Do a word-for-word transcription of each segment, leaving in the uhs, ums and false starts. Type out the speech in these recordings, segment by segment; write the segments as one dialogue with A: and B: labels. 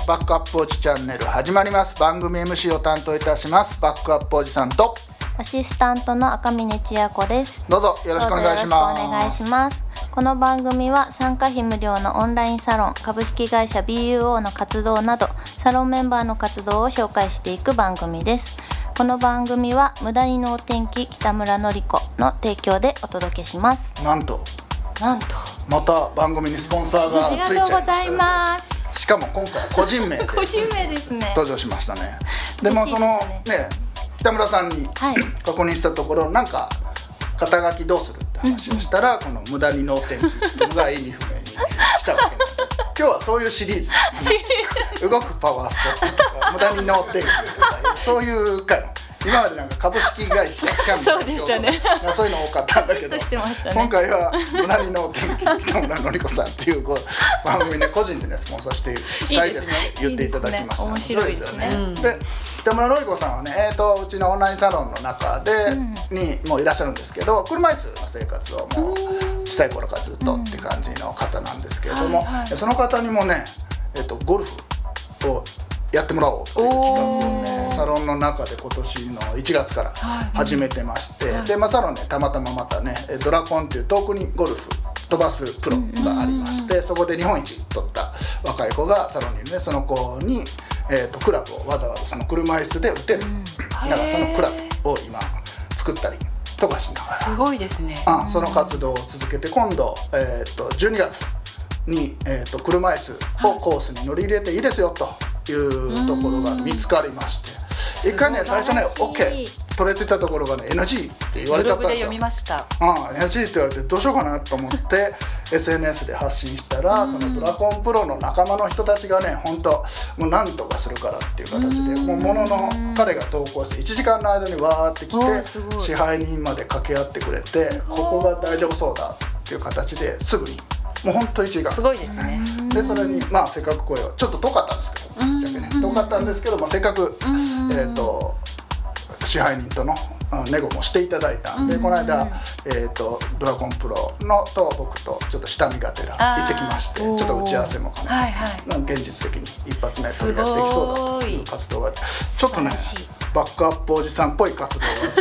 A: バックアップおじチャンネル始まります。番組 エムシー を担当いたしますバックアップおじさんと
B: アシスタントの赤嶺千也子です。
A: どうぞよろしくお願いします。
B: どうぞよろしくお願いします。この番組は参加費無料のオンラインサロン株式会社 ビーユーオー の活動などサロンメンバーの活動を紹介していく番組です。この番組は無駄に能天気北村のり子の提供でお届けします。
A: なんと
B: なんと
A: また番組にスポンサーがついちゃいました、ね、
B: ありがとうございます。
A: しかも今回は個人名で
B: 個人名ですね
A: 登場しましたね。でもそのね北村さんに確認したところ、はい、なんか肩書きどうするって話をしたら、うんうん、この無駄に能天気っていうのが意味不明に来たわけなんですよ。今日はそういうシリーズ動くパワースポットとか無駄に能天気とかそういう回今までなんか株式会社キャンプ
B: そうでしたね
A: そういうの多かったんだけど、
B: ね、
A: 今回は無駄に能天気北村のり子さんっていうこう番組ね個人でねスポンサーしてしたいですね言っていただきました。
B: 面白いですよね。
A: 面白いですよね。で北村のり子さんはね、えー、とうちのオンラインサロンの中で、うん、にもういらっしゃるんですけど車椅子の生活をもう小さい頃からずっとって感じの方なんですけれども、うんはいはい、その方にもね、えー、とゴルフをやってもらおうという企画をねサロンの中で今年のいちがつから始めてまして、はい、で、まあ、サロンねたまたままたねドラコンっていう遠くにゴルフ飛ばすプロがありまして、そこで日本一取った若い子がサロンにいるねその子に、えー、とクラブをわざわざその車椅子で打てる、だからそのクラブを今作ったりとかしながら
C: すごいですね。
A: あその活動を続けて今度、えー、とじゅうにがつに、えー、と車椅子をコースに乗り入れていいですよというところが見つかりまして、一回ね最初ね OK 取れてたところがね エヌジー って言われちゃったんですよ。ブログで読みました。ああ エヌジー って言われてどうしようかなと思ってエスエヌエス で発信したら、そのドラコンプロの仲間の人たちがね本当もう何とかするからっていう形でもうものの彼が投稿していちじかんの間にわーって来て支配人まで掛け合ってくれてここが大丈夫そうだっていう形ですぐにもう本当いちじかん
C: すごいですね。
A: でそれにまあせっかく声をちょっと遠かったんですけどぶっちゃけね遠かったんですけど、まあ、せっかくえっと支配人とのネゴもしていただいたんで、この間えっとドラゴンプロのと僕とちょっと下見がてら行ってきまして、ちょっと打ち合わせも兼ねて、はいはい、現実的に一発目取り出してきそうだという活動がちょっとねバックアップおじさんっぽい活動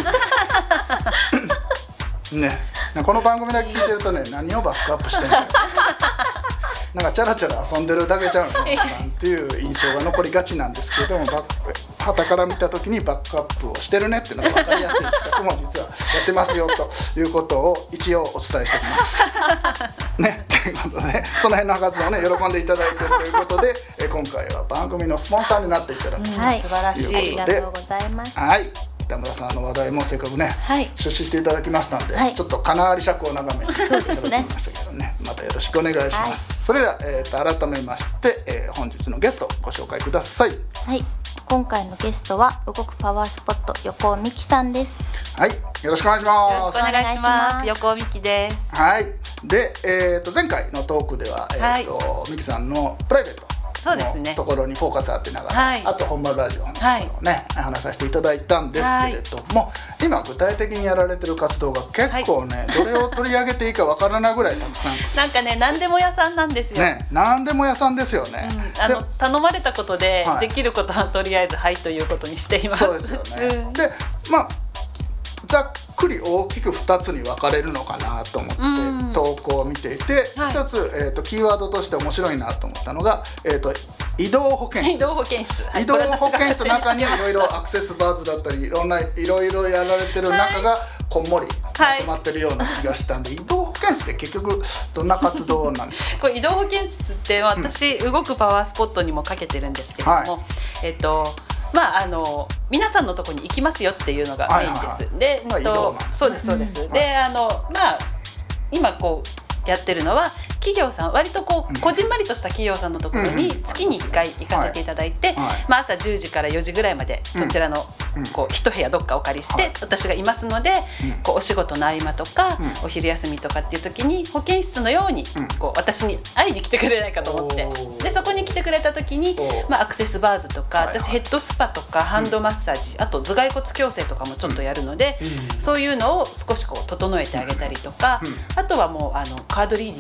A: がねこの番組だけ聞いてるとね何をバックアップしてんのなんかチャラチャラ遊んでるだけちゃうのおじさんっていう印象が残りがちなんですけども、傍から見た時にバックアップをしてるねっていうのが分かりやすい企画も実はやってますよということを一応お伝えしておきますね。ということでその辺の活動をね喜んでいただいているということでえ今回は番組のスポンサーになっていただくということで、はい、素晴らしいありがとうございます。はい北村さんの話題もせっかくね、はい、出資していただきましたので、はい、ちょっとかなり尺を長めにいただきましたけどねまたよろしくお願いします、はい、それでは、えー、と改めまして、えー、本日のゲストご紹介ください。
B: はい今回のゲストは動くパワースポット横尾美希さんです。
A: はいよろしくお願いします。
C: よろしくお願いします横尾美希です。
A: はいで、えー、と前回のトークでは、えーとはい、美希さんのプライベート
C: そうですね、
A: ところにフォーカス当てながら、はい、あと本場ラジオのところをね、はい、話させていただいたんですけれども、はい、今具体的にやられてる活動が結構ね、はい、どれを取り上げていいかわからないぐらいたくさん
C: なんかね何でも屋さんなんですよ
A: ね。何でも屋さんですよね、
C: うん、あの頼まれたことで、はい、できることはとりあえずはいということにしています。
A: そうですよね、うん、でまあざっくり大きくふたつに分かれるのかなと思って投稿を見ていて、はい、ひとつ、えーと、キーワードとして面白いなと思ったのが、えーと、移動保健室
C: 移動保健室、
A: はい、移動保健室の中にいろいろアクセスバーズだったりいろんないろいろやられてる中がこんもりまとまってるような気がしたんで、はい、移動保健室って結局どんな活動なんですか？
C: これ移動保健室って私、うん、動くパワースポットにもかけてるんですけども、はい、えっとまあ、あの皆さんのところに行きますよっていうのがメインです。はいはいはい、で、まあ、とそうですそうです。うん、で、あのまあ今こうやってるのは企業さん割とこうこじんまりとした企業さんのところに月にいっかい行かせていただいて、はいはい、まあ、朝じゅうじからよじぐらいまでそちらのこう一部屋どっかお借りして私がいますので、こうお仕事の合間とかお昼休みとかっていう時に保健室のようにこう私に会いに来てくれないかと思って、でそこに来てくれた時に、まあ、アクセスバーズとか私ヘッドスパとかハンドマッサージ、あと頭蓋骨矯正とかもちょっとやるので、そういうのを少しこう整えてあげたりとか、あとはもうあのカードリーディングですね。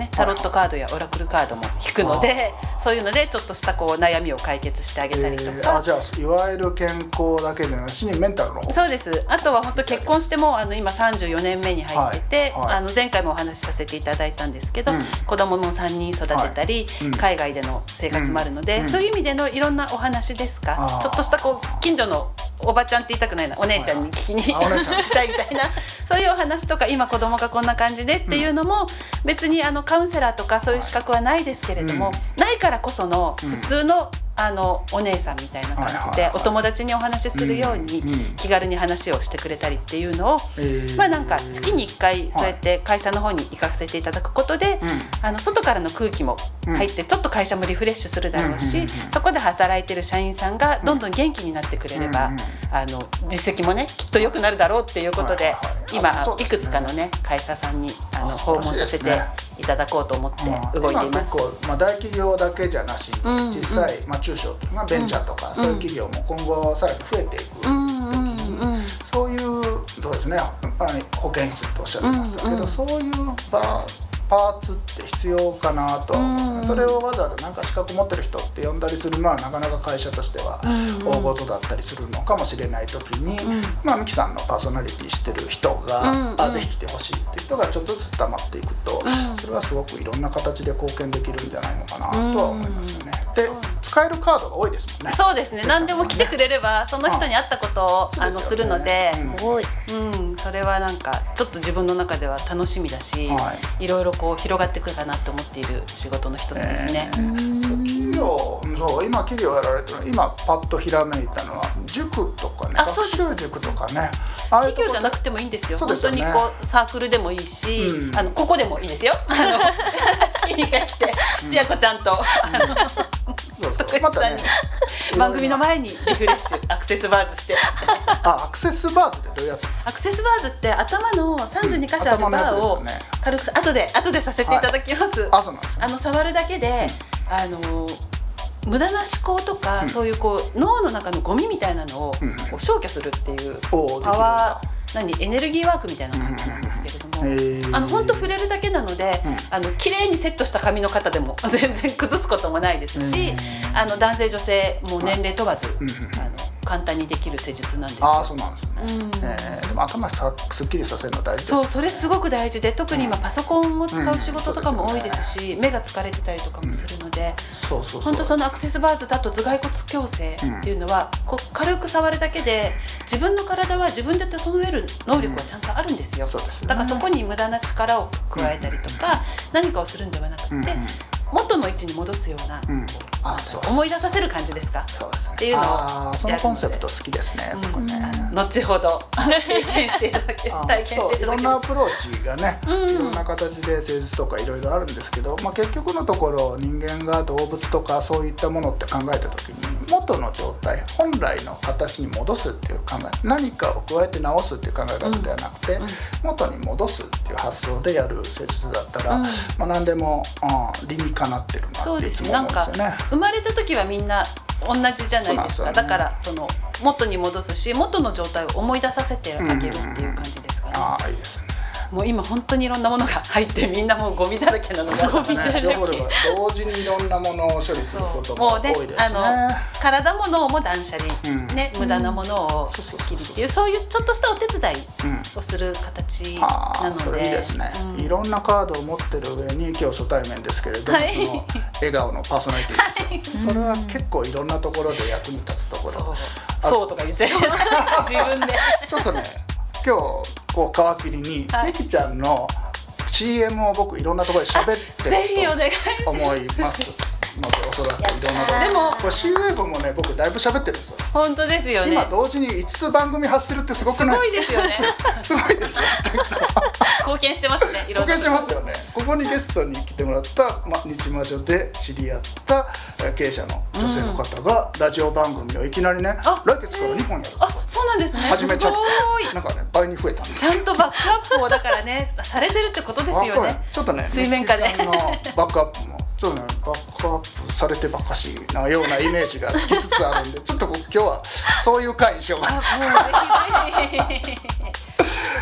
C: ねタロットカードやオラクルカードも引くので、そういうのでちょっとしたこう悩みを解決してあげたりとか、
A: えー、あじゃあいわゆる健康だけでなしにメンタルの方。
C: そうです。あとは本当結婚してもあの今さんじゅうよねんめに入ってて、
A: はいはい、
C: あの前回もお話しさせていただいたんですけど、うん、子供もさんにん育てたり、はいうん、海外での生活もあるので、うん、そういう意味でのいろんなお話ですか、ちょっとしたこう近所のおばちゃんって言いたくないな、お姉ちゃんに聞きにしたいみたいなそういうお話とか、今子供がこんな感じでっていうのも、別にあのカウンセラーとかそういう資格はないですけれども、はいうん、ないからこその普通の、あのお姉さんみたいな感じでお友達にお話しするように気軽に話をしてくれたりっていうのを、まあなんか月にいっかいそうやって会社の方に行かせていただくことで、あの外からの空気も入ってちょっと会社もリフレッシュするだろうし、そこで働いてる社員さんがどんどん元気になってくれれば、あの実績もねきっと良くなるだろうっていうことで、今いくつかのね会社さんにあの訪問させていただこうと思って動いています。
A: 今結構、まあ、大企業だけじゃなし、実際、まあ、中小とかベンチャーとか、そういう企業も今後さらに増えていく時に、そういうどうですね、保健室とおっしゃってましたけど、そういう場パーツって必要かなとは思いますね。それをわざわざなんか資格持ってる人って呼んだりするのはなかなか会社としては大事だったりするのかもしれない時に、うんうん、まあミキさんのパーソナリティしてる人が、うんうん、あぜひ来てほしいっていう人がちょっとずつ溜まっていくと、うん、それはすごくいろんな形で貢献できるんじゃないのかなとは思いますよね。うん、で使えるカードが多いですもんね。
C: そうですね。何でも来てくれればその人に合ったことを、うん、あのするので、うん、うん、それはなんかちょっと自分の中では楽しみだし、はい、いろいろこう広がってくるかなと思っている仕事の一つですね。
A: えー、企業、そう今企業やられてるの今パッとひらめいたのは塾とかね、学習塾とかね。
C: 企業じゃなくてもいいんですよ。
A: そうですよね、
C: 本当にこうサークルでもいいし、うん、あのここでもいいですよ。あの月に帰って千夜子ちゃんと、うん、あの
A: そうそうまたね、
C: 番組の前にリフレッシュアクセスバーズして
A: あ、アクセスバーズってどういうやつですか？
C: アクセスバーズって頭のさんじゅうにかしょあるバーを軽く後で後でさせていただきます。
A: はい、あ、そうなんですね。
C: あの触るだけで、うん、あの無駄な思考とか、うん、そういうこう脳の中のゴミみたいなのを、うん、こう消去するっていうパワー、何エネルギーワークみたいな感じなんですけれども、うん、あの本当触れるだけなので、うん、あの綺麗にセットした髪の方でも全然崩すこともないですし、うん、あの男性女性もう年齢問わず、うん、あの簡単にできる施術なんですよ。
A: ああ、そうなんですね。うん、えー、でも頭さすっきりさせるの大事ですね。
C: そう、それすごく大事で、特に今パソコンを使う仕事とかも多いですし、うん、目が疲れてたりとかもするので、本当そのアクセスバーズだと頭蓋骨矯正っていうのは、うん、こう軽く触るだけで自分の体は自分で整える能力はちゃんとあるんですよ。うん、そうですね。だからそこに無駄な力を加えたりとか、うん、何かをするんではなくて、うん、元の位置に戻すような、うん、あそう思い出させる感じですか。
A: そうですね。
C: っていうのを
A: あそのコンセプト好きですね。僕ね、
C: うん、後ほど経験していただけ体験していただけ
A: いろんなアプローチがね、うん、いろんな形で施術とかいろいろあるんですけど、まあ、結局のところ人間が動物とかそういったものって考えた時に元の状態本来の形に戻すっていう考え、何かを加えて直すっていう考え方ではなくて、うん、元に戻すっていう発想でやる施術だったら、うん、まあ、何でも、うん、理にかなってるなっていつも思うんですよね。
C: なんか生まれた時はみんな同じじゃないですか。ね、だからその元に戻すし、元の状態を思い出させてあげるっていう感じですかね。
A: ああ、いいですね。
C: もう今本当にいろんなものが入ってみんなもうゴミだらけなのがゴミだらけ。
A: 同時にいろんなものを処理することも多いですね。
C: あの体も脳も断捨離、うんね、無駄なものを切りっていう、そういうちょっとしたお手伝いをする形なので、うん、
A: それいいですね。うん、いろんなカードを持ってる上に今日初対面ですけれども、はい、その笑顔のパーソナリティです、はい、それは結構いろんなところで役に立つところ。
C: そう、そうとか言っちゃい自分で
A: ちょっとね今日こう皮切りに、はい、みきちゃんの シーエム を僕いろんなところで喋ってると思いますので、おそらくいろんなところでもこれ シーエム もね僕だいぶ喋ってるんですよ。
C: 本当ですよね。
A: 今同時にいつつ番組発してるってすごくない
C: すごいですよね
A: すごいですよ
C: 貢貢献してますね。いろんな
A: 貢献してますよね。ここにゲストに来てもらった、ま、日魔女で知り合った経営者の女性の方が、うん、ラジオ番組をいきなりね来月からにほんやる。
C: あ、そうなんですね。
A: 始めちゃってなんかね倍に増えたんです。
C: ちゃんとバックアップをだからねされてるってことですよね。
A: ちょっとね
C: 水面下で
A: ミキさんのバックアップもちょっとねバックアップされてばっかしなようなイメージがつきつつあるんでちょっと今日はそういう回にしようかな。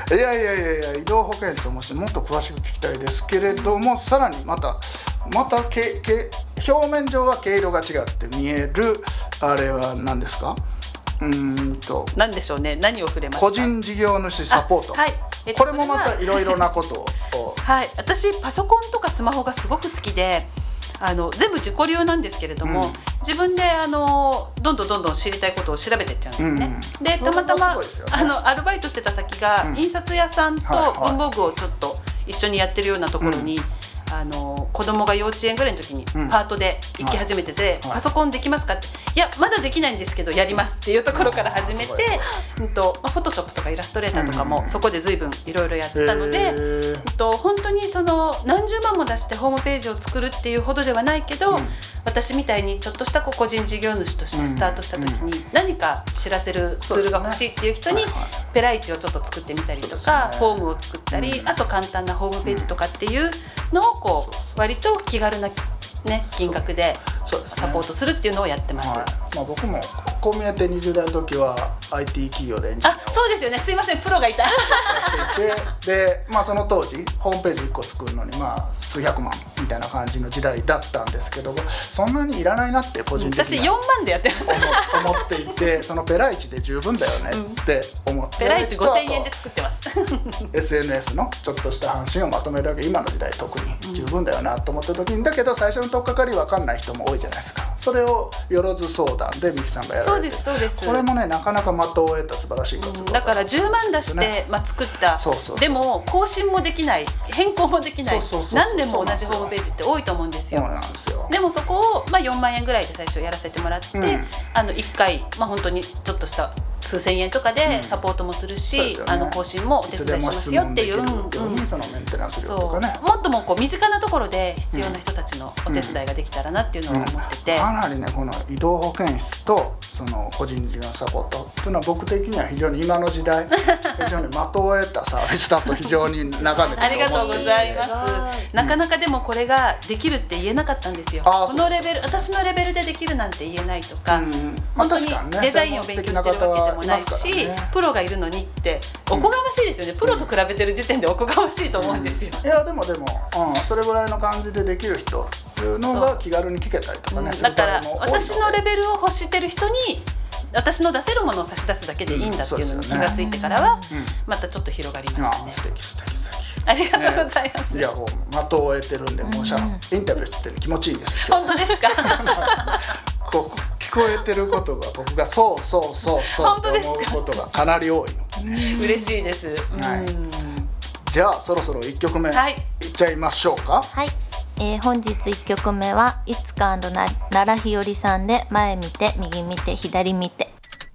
A: いやいやいやいや、移動保険ともしてもっと詳しく聞きたいですけれども、さらにまたまたけけ表面上は毛色が違って見えるあれは何ですか？うーんと
C: 何でしょうね。何を触れますか？
A: 個人事業主サポート、
C: はい、えっと、
A: これもまたいろいろなことを
C: はい、私パソコンとかスマホがすごく好きで、あの全部自己流なんですけれども、うん、自分であのどんどんどんどん知りたいことを調べていっちゃうんですね、うん、でたまたま、ね、あのアルバイトしてた先が、うん、印刷屋さんと文房具をちょっと一緒にやってるようなところに、うん、あの子供が幼稚園ぐらいの時にパートで行き始めてて、うん、パソコンできますかって、いやまだできないんですけどやりますっていうところから始めて、うん、とまあ、フォトショップとかイラストレーターとかもそこで随分いろいろやったので、うん、と本当にその何十万も出してホームページを作るっていうほどではないけど、うん、私みたいにちょっとした個人事業主としてスタートした時に何か知らせるツールが欲しいっていう人にペライチをちょっと作ってみたりとか、フォームを作ったり、あと簡単なホームページとかっていうのをこう割と気軽な、ね、金額でサポートするっていうのをやってます。
A: はい、まあ、僕もこう見えてにじゅう代の時は アイティー 企業でエンジニアを
C: あ、そうですよね、すいません、プロがいたや
A: っていてで、まあ、その当時ホームページいっこ作るのにまあ数百万みたいな感じの時代だったんですけど、そんなにいらないなって個人的に
C: 私よんまんでやってます
A: 思っていて、そのペライチで十分だよねって思って、
C: うん、ペライチごせんえんで作ってます。
A: エスエヌエス のちょっとした発信をまとめるだけ、今の時代特に十分だよなと思った時に、だけど最初の取っかかり分かんない人も多いじゃないですか。それをよろず相談でミキさんがやられて、
C: そうですそうです、
A: これもねなかなか的を得た素晴らしい活動、
C: うん、だからじゅうまん出して、ね、まあ、作った
A: そうそうそう、
C: でも更新もできない、変更もできない、何年も同じホームページって多いと思うんですよ。
A: そうなんですよ。
C: でもそこを、まあ、よんまんえんぐらいで最初やらせてもらって、うん、あのいっかい、まあ、本当にちょっとした数千円とかでサポートもするし、うん、ね、あの更新もお手伝いしますよっていう、もっともこう身近なところで必要な人たちのお手伝いができたらなっていうのを思ってて、
A: うんうん、かなりねこの移動保健室とその個人事業サポートっていうのは僕的には非常に今の時代非常に的を得たサービスだと非常に眺めて
C: ありがとうございます。なかなかでもこれができるって言えなかったんですよ。このレベル、私のレベルでできるなんて言えないとか、うん、本当にデザインを勉強してるわけでもないし、ね、プロがいるのにっておこがましいですよね、うん、プロと比べてる時点でおこがましいと思うんですよ、
A: うん、いやでもでも、うん、それぐらいの感じでできる人っていうのが気軽に聞けたりとかね、
C: うん、だから私のレベルを欲してる人に私の出せるものを差し出すだけでいいんだっていうのに気がついてからは、うん、またちょっと広がりましたね。
A: 素敵素敵素敵、
C: ありがとうございます、
A: ね、いやもう的を得てるんで、もうしゃ、うん、インタビューしてて気持ちいいんですよ。
C: 本当ですか？
A: こう聞こえてることが僕がそうそうそうそうと思うことがかなり多いので、ね、
C: 嬉しいです、
A: はい、じゃあそろそろいっきょくめ、はい、いっちゃいましょうか。
B: はい、えー、本日いっきょくめはいつか&奈良日和さんで前見て右見て左見て。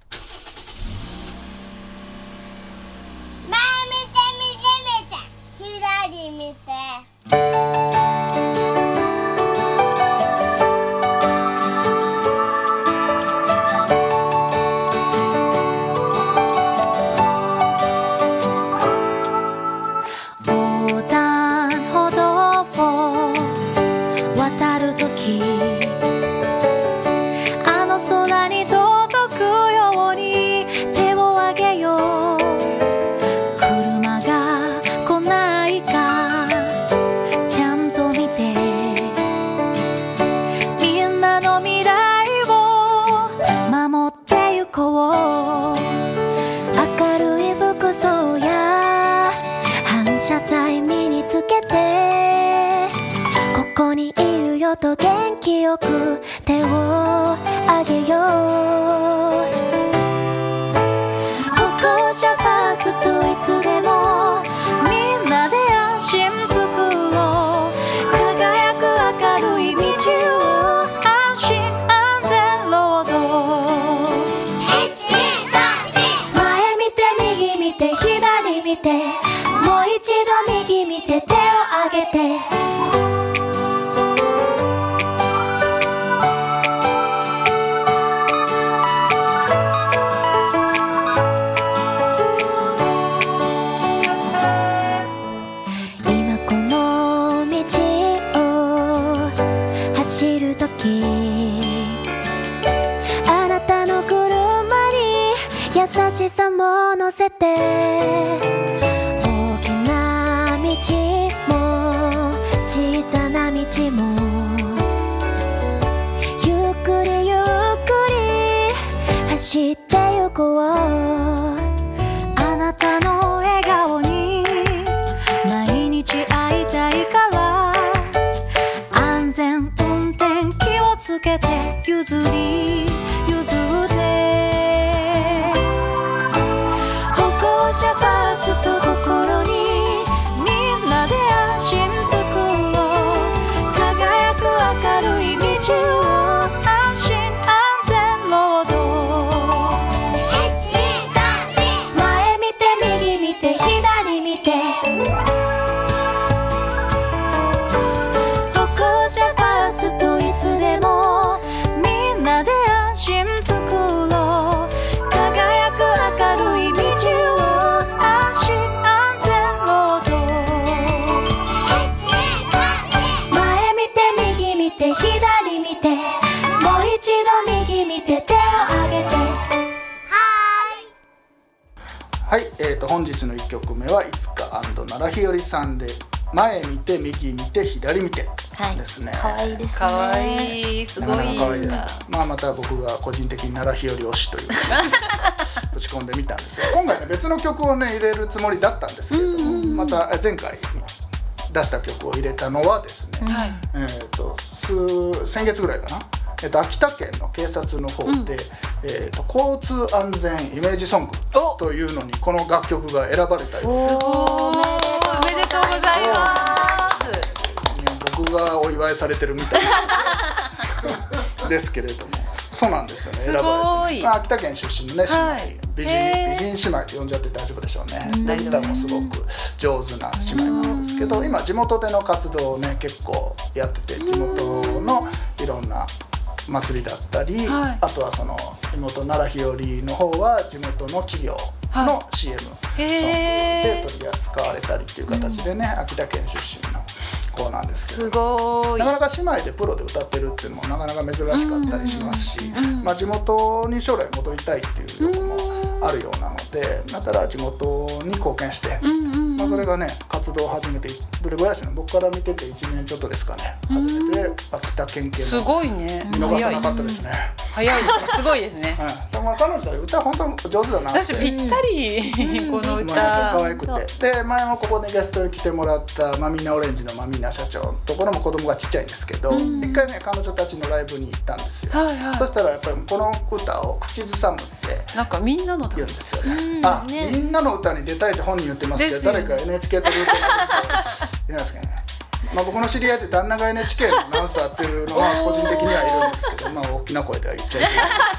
D: 前見て右見て左見て。
E: と元気よく手をあげよう。歩行者ファーストいつでもみんなで安心作ろう。輝く明るい道を安心安全ロード。いちにさんし前見て右見て左見てもう一度右見て手をあげて。あなたの車に優しさも乗せて道も小さな道もゆっくりゆっくり走ってゆこう。あなたの笑顔に毎日会いたいから安全運転気をつけて譲り譲って歩行者ファースト心にみんなで安心作ろう。輝く明るい道を安心安全ロード。前見て右見て左見て歩行者ファーストいつでもみんなで安心作ろう。輝く明るい道を安心安全ロード。前見て右見て左見てもう一度右見て手を挙げて。
A: はい、えー、と本日のいっきょくめはいつか奈良日和さんで前見て右見て左見てですね。
B: 可愛いですね。
C: 可愛い、すごい。
A: なかなか可愛いです。まあまた僕が個人的に奈良日和推しという打ち込んでみたんですが、今回ね別の曲をね入れるつもりだったんですけれども、また前回出した曲を入れたのはですね、
C: はい、
A: えー、と数先月ぐらいかな、えー、と秋田県の警察の方で、うん、えー、と交通安全イメージソングというのにこの楽曲が選ばれたりする。
C: おめでとうございます。
A: 僕がお祝いされてるみたいですけれども、そうなんですよね。選ばれて、まあ、秋田県出身のね姉妹、はい、美人美人姉妹って呼んじゃって大丈夫でしょうね。で歌もすごく上手な姉妹なんですけど、今地元での活動をね結構やってて、地元のいろんな祭りだったり、はい、あとはその地元奈良日和の方は地元の企業の シーエム ソングで取り扱われたりっていう形でね、秋田県出身の子なんですけど、
C: すごい。な
A: かなか姉妹でプロで歌ってるっていうのもなかなか珍しかったりしますし、まあ、地元に将来戻りたいっていうのもあるようなので、だったら地元に貢献して、まあ、それがね活動を始めてどれぐらいですね、僕から見てていちねんちょっとですかね、初めて秋田県警の
C: すごいね、
A: 見逃さなかったですね。
C: 早いですね、すごいですね。
A: はい、その彼女は歌本当上手だなって。
C: 私ぴったり、この歌
A: 可愛くて、で前もここでゲストに来てもらったマミーナオレンジのマミーナ社長のところも子供がちっちゃいんですけど、一回ね彼女たちのライブに行ったんですよ。はいはい、そしたらやっぱりこの歌を口ずさむって
C: なんかみんなの
A: 言うんですよね。あ、ね、みんなの歌に出たいって本人言ってますけど、誰か エヌエイチケー とルートにいないですかね。まあ、僕の知り合いで旦那が エヌエイチケー のアナウンサーっていうのは個人的にはいるんですけど、まあ大きな声では言っちゃいけない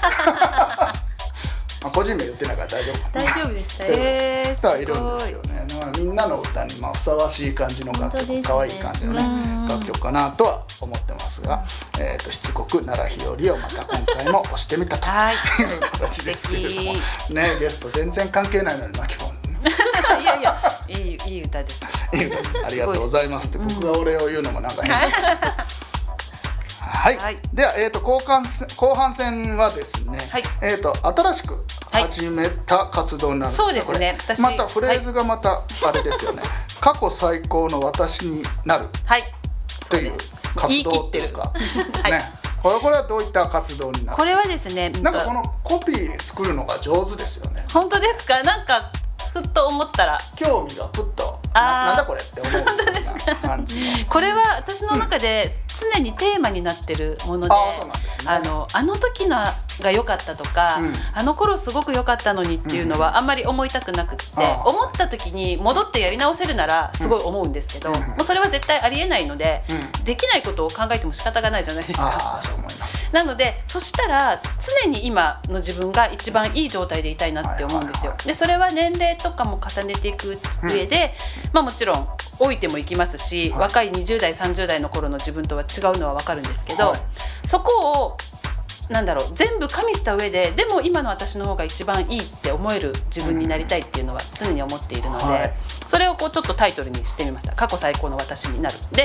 A: まあ個人名言ってないから大丈夫
C: 大丈夫でした。
A: えー、いるんですよね。だからみんなの歌にまあふさわしい感じの楽曲、可愛い感じのね楽曲かなとは思ってますが、えー、としつこく奈良日和をまた今回も押してみたという形ですけれどもね、ゲスト全然関係ないのに巻き込んで
C: いやいや、いい、いい歌です。
A: いい歌です。ありがとうございますって僕がお礼を言うのもなんか変だはい、はい、では、えー、と後半戦、後半戦はですね、はい、えー、と新しく始めた活動になるんですが、
C: はい、そうですね、私
A: またフレーズがまたあれですよね、はい、過去最高の私になるという活動っていうか、はい、ね、これこれはどういった活動になる？
C: これはですね、
A: なんかこのコピー作るのが上手ですよね。
C: 本当ですか？なんかふっと思ったら
A: 興味がふっと な, なんだこれって思うような感じの
C: これは私の中で常にテーマになってるもので、うん、あ, ですね、あ, のあの時のが良かったとか、うん、あの頃すごく良かったのにっていうのはあんまり思いたくなくって、うん、思った時に戻ってやり直せるならすごい思うんですけど、うん、もうそれは絶対ありえないので、うん、できないことを考えても仕方がないじゃないですか。
A: あ、そう思います。
C: なのでそしたら常に今の自分が一番いい状態でいたいなって思うんですよ。でそれは年齢とかも重ねていく上で、うん、まあもちろん老いてもいきますし、はい、若いにじゅう代さんじゅう代の頃の自分とは違うのは分かるんですけど、はい、そこをなんだろう、全部加味した上ででも今の私の方が一番いいって思える自分になりたいっていうのは常に思っているので、はい、それをこうちょっとタイトルにしてみました。過去最高の私になる。で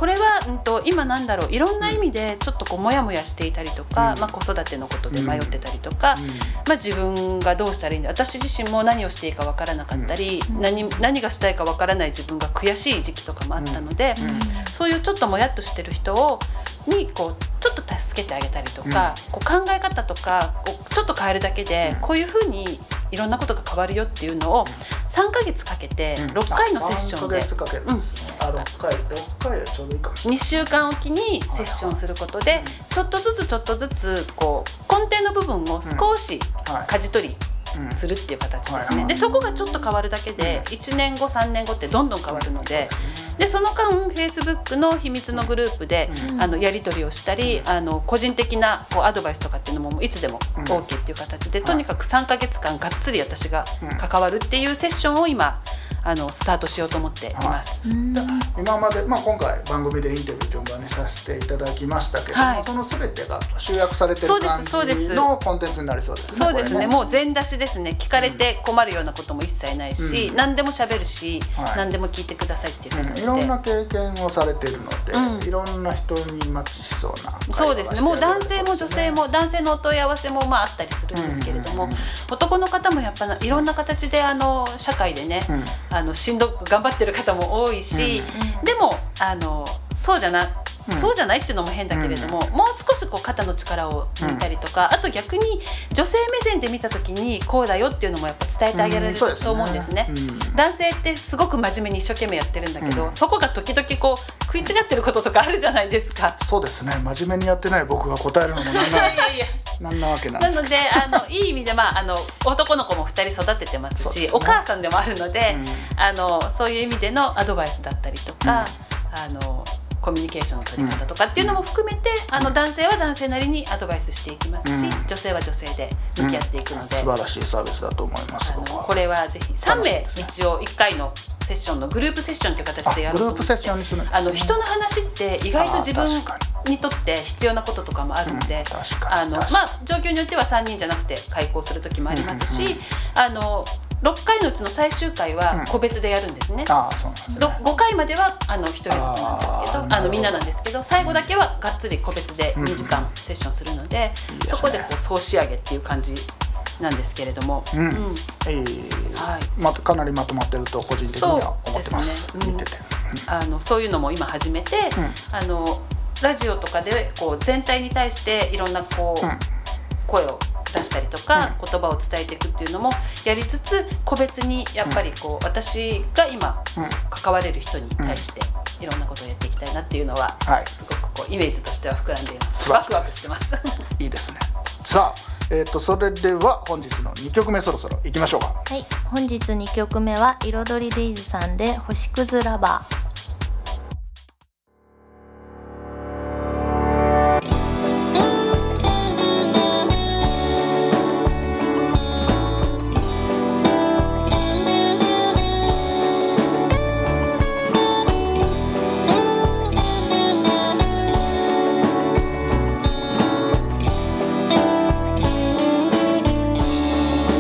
C: これは、うん、と今なんだろういろんな意味でちょっとこうモヤモヤしていたりとか、うんまあ、子育てのことで迷ってたりとか、うんまあ、自分がどうしたらいいんだ私自身も何をしていいか分からなかったり、うん、何, 何がしたいか分からない自分が悔しい時期とかもあったので、うんうん、そういうちょっともやっとしてる人をにこうちょっと助けてあげたりとか、うん、こう考え方とかこうちょっと変えるだけで、うん、こういうふうにいろんなことが変わるよっていうのをさんかげつかけてろっかいのセッションで、うん、
A: さんかげつかけるんですね、うん、あろっかいろっかいはちょうどいいかもしれない。
C: にしゅうかんおきにセッションすることで、ちょっとずつちょっとずつこう根底の部分を少し舵取りするっていう形ですね。でそこがちょっと変わるだけでいちねんごさんねんごってどんどん変わるので、でその間 Facebook の秘密のグループで、うん、あのやり取りをしたり、あの個人的なこうアドバイスとかっていうのもいつでも OK っていう形で、うん、とにかくさんかげつかんがっつり私が関わるっていうセッションを今あのスタートしようと思っています、はい、
A: 今まで、まあ、今回番組でインタビュー順番にさせていただきましたけども、はい、その全てが集約されてる感じのコンテンツになりそうですね。
C: そうですね、もう全出しですね。聞かれて困るようなことも一切ないし、うん、何でも喋るし、はい、何でも聞いてくださいっていう形で、
A: うん、いろんな経験をされているので、うん、いろんな人にマッチしそうな会話がして、
C: そうですね、もう男性も女性も男性のお問い合わせもまああったりするんですけれども、うんうんうん、男の方もやっぱいろんな形であの社会でね、うん、あのしんどく頑張ってる方も多いし、うん、でもあのそうじゃなうん、そうじゃないっていうのも変だけれども、うん、もう少しこう肩の力を抜いたりとか、うん、あと逆に女性目線で見た時にこうだよっていうのもやっぱ伝えてあげられる、うん、と思うんですね、うん、男性ってすごく真面目に一生懸命やってるんだけど、うん、そこが時々こう食い違ってることとかあるじゃないですか。
A: そうですね、真面目にやってない僕が答えるのもなんないやいやなんなわけなんです。
C: なのであのいい意味で、まあ、あの男の子もふたり育ててますし、ね、お母さんでもあるので、うん、あのそういう意味でのアドバイスだったりとか、うん、あのコミュニケーションの取り方とかっていうのも含めて、うん、あの男性は男性なりにアドバイスしていきますし、うん、女性は女性で向き合っていくので、
A: うん、素晴らしいサービスだと思います。
C: あのこれはぜひさんめい一応いっかいのセッションのグループセッションという形でやると思って、
A: グループセッションにするんですね。
C: あの人の話って意外と自分にとって必要なこととかもあるので、うん、あのまあ、状況によってはさんにんじゃなくて開講する時もありますし、うんうんうん、あのろっかいのうちの最終回は個別でやるんですね、うん、ああそうなんですね。ごかいまではあのひとりずつなんですけど、ああのみんななんですけど、最後だけはがっつり個別でにじかんセッションするので、うん、そこでこう総仕上げっていう感じなんですけれども、うんうん、
A: えーはいま、かなりまとまってると個人的には思ってます。そうですね、うん、見てて、
C: うん、あのそういうのも今始めて、うん、あのラジオとかでこう全体に対していろんなこう、うん、声を出したりとか、うん、言葉を伝えていくっていうのもやりつつ、個別にやっぱりこう、うん、私が今、うん、関われる人に対していろんなことをやっていきたいなっていうのは、うん、すごくこうイメージとしては膨らんでいます。ワクワクしてます
A: いいですね。さあ、えー、とそれでは本日のにきょくめそろそろいきましょうか。
B: はい、本日にきょくめは彩りデイズさんで星屑ラバー。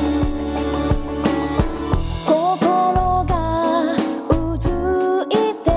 E: 心がうずいて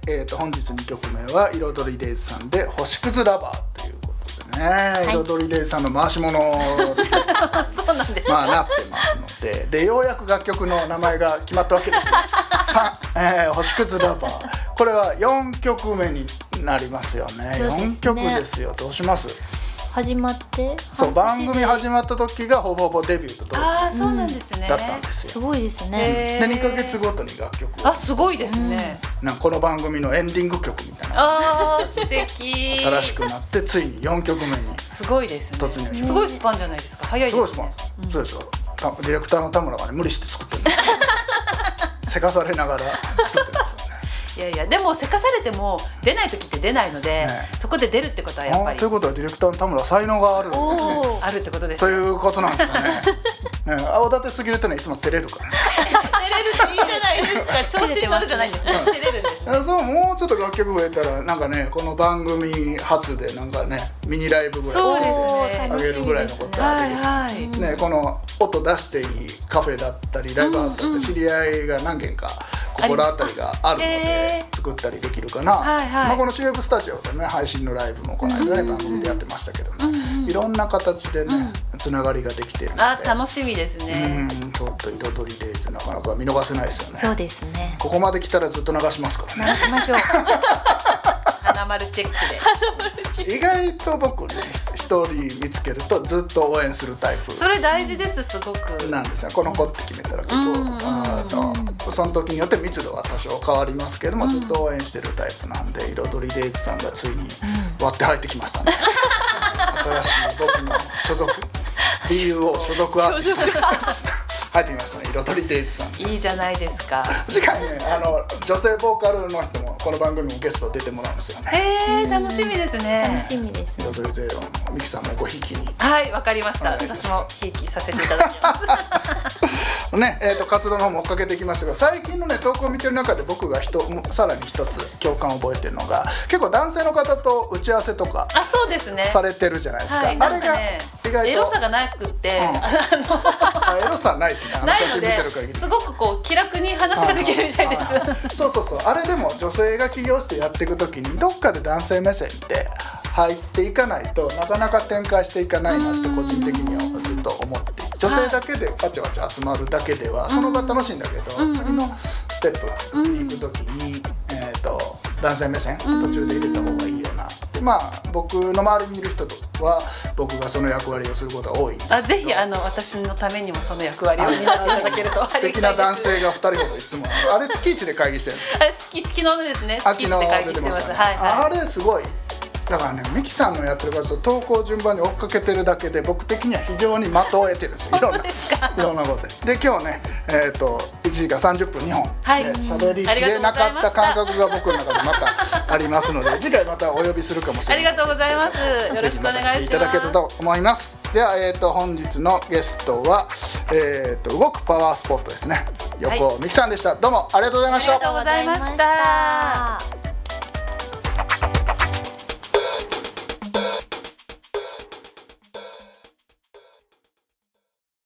A: えー、と本日にきょくめは彩りデイズさんで星屑ラバーということでね、はい、彩りデイズさんの回し物
C: そうなんです、
A: まあ、なってますので、でようやく楽曲の名前が決まったわけですねさ、えー、星屑ラバー、これはよんきょくめになりますよね。
B: そうですね、
A: よんきょくですよ。どうします？
B: 始まって
A: そう番組始まった時がほぼほぼデビューと同時
C: あーそうなんですね、
A: だったんですよ。
B: すごいですね。
A: でにかげつごとに楽曲を、
C: あすごいですね、
A: なんかこの番組のエンディング曲みたいな
C: あー素敵
A: 新しくなってついによんきょくめに
C: すごいですね。
A: 突入し
C: すごいスパンじゃないですか。早いですね。
A: すごいスパン、うん、そうですよ。ディレクターの田村がね無理して作ってるんですせかされながら作ってるんですよね。
C: いやいやでもせかされても出ない時って出ないので、ね、そこで出るってことはやっぱり
A: ということはディレクターの田村は才能がある、ね、
C: あるってことです
A: ということなんですかね。ね、青立てすぎるとねいつも照れるからね
C: 照れるっていいじゃないですか。調子に乗るじゃないんですね。照れるんです、ね、
A: そうもうちょっと楽曲増えたらなんかねこの番組初でなんかねミニライブぐらい
C: そうですね
A: あげるぐらいのことができる、
C: はいはい
A: ね、この音出していいカフェだったりライブハウスだったり知り合いが何軒か心当たりがあるので作ったりできるかな、
C: はいはい、
A: まあ、この シーエフ スタジオでね配信のライブもこの間ね番組でやってましたけどね、うんうん、いろんな形でね、うん、つながりができているので、
C: あ楽しみですね。
A: うんちょっと彩りデイズなかなか見逃せないですよね。
B: そうですね。
A: ここまで来たらずっと流しますからね。
B: 流しましょう
C: 花丸チェックで
A: 意外と僕ね一人見つけるとずっと応援するタイプ
C: それ大事ですすごく
A: なんですよ。この子って決めたら結構、うん、あのその時によって密度は多少変わりますけども、うん、ずっと応援してるタイプなんで彩りデイズさんがついに割って入ってきましたね、うん、新しい僕の所属 ビーユーオー 所属アーティストです入ってきましたね彩りデイズさん。
C: いいじゃないですか。
A: 次回ねあの女性ボーカルの人もこの番組もゲスト出てもらうんですよね。
C: へー楽しみですね。
B: 楽しみです。
A: 彩りデイズのミキさんもごひいきに。
C: はいわかりました。私もひいきさせていただきます
A: ねえー、と活動の方も追っかけてきましたが最近のね投稿を見てる中で僕がひとさらに一つ共感を覚えてるのが結構男性の方と打ち合わせとか
C: あそうですね
A: されてるじゃないですか、はい、あれが意外と
C: エロさがなくって、うん、
A: あエロさないですねあの写真見てる限り
C: すごくこう気楽に話ができるみたいです
A: そうそうそうあれでも女性が起業してやっていくときにどっかで男性目線って入っていかないとなかなか展開していかないなって個人的にはずっと思っていて女性だけでパチャパチャ集まるだけではその場楽しいんだけど、うん、次のステップに行くときに、えー、と男性目線途中で入れた方がいいよなってまあ僕の周りにいる人は僕がその役割をすることが多いんですけど
C: あぜひあの私のためにもその役割を担っていただけると
A: 素敵な男性がふたりほどいつもあれ月いちで会議してる
C: あれ月いち昨日ですね月いちで会議してます、ねはいはい、
A: あれすごいだからねミキさんのやってること投稿順番に追っかけてるだけで僕的には非常に的を得てるんですよいろんないろんなことでで今日ね、えー、といちじかんさんじゅっぷんにほん喋、はい、りきれなかった感覚が僕の中でまたありますので次回またお呼びするかもしれない
C: ありがとうございますよろしくお願いします
A: いただけると思いますでは、えー、と本日のゲストは、えー、と動くパワースポットですね横尾美希さんでした、はい、どうもありがとうございました
C: ありがとうございました。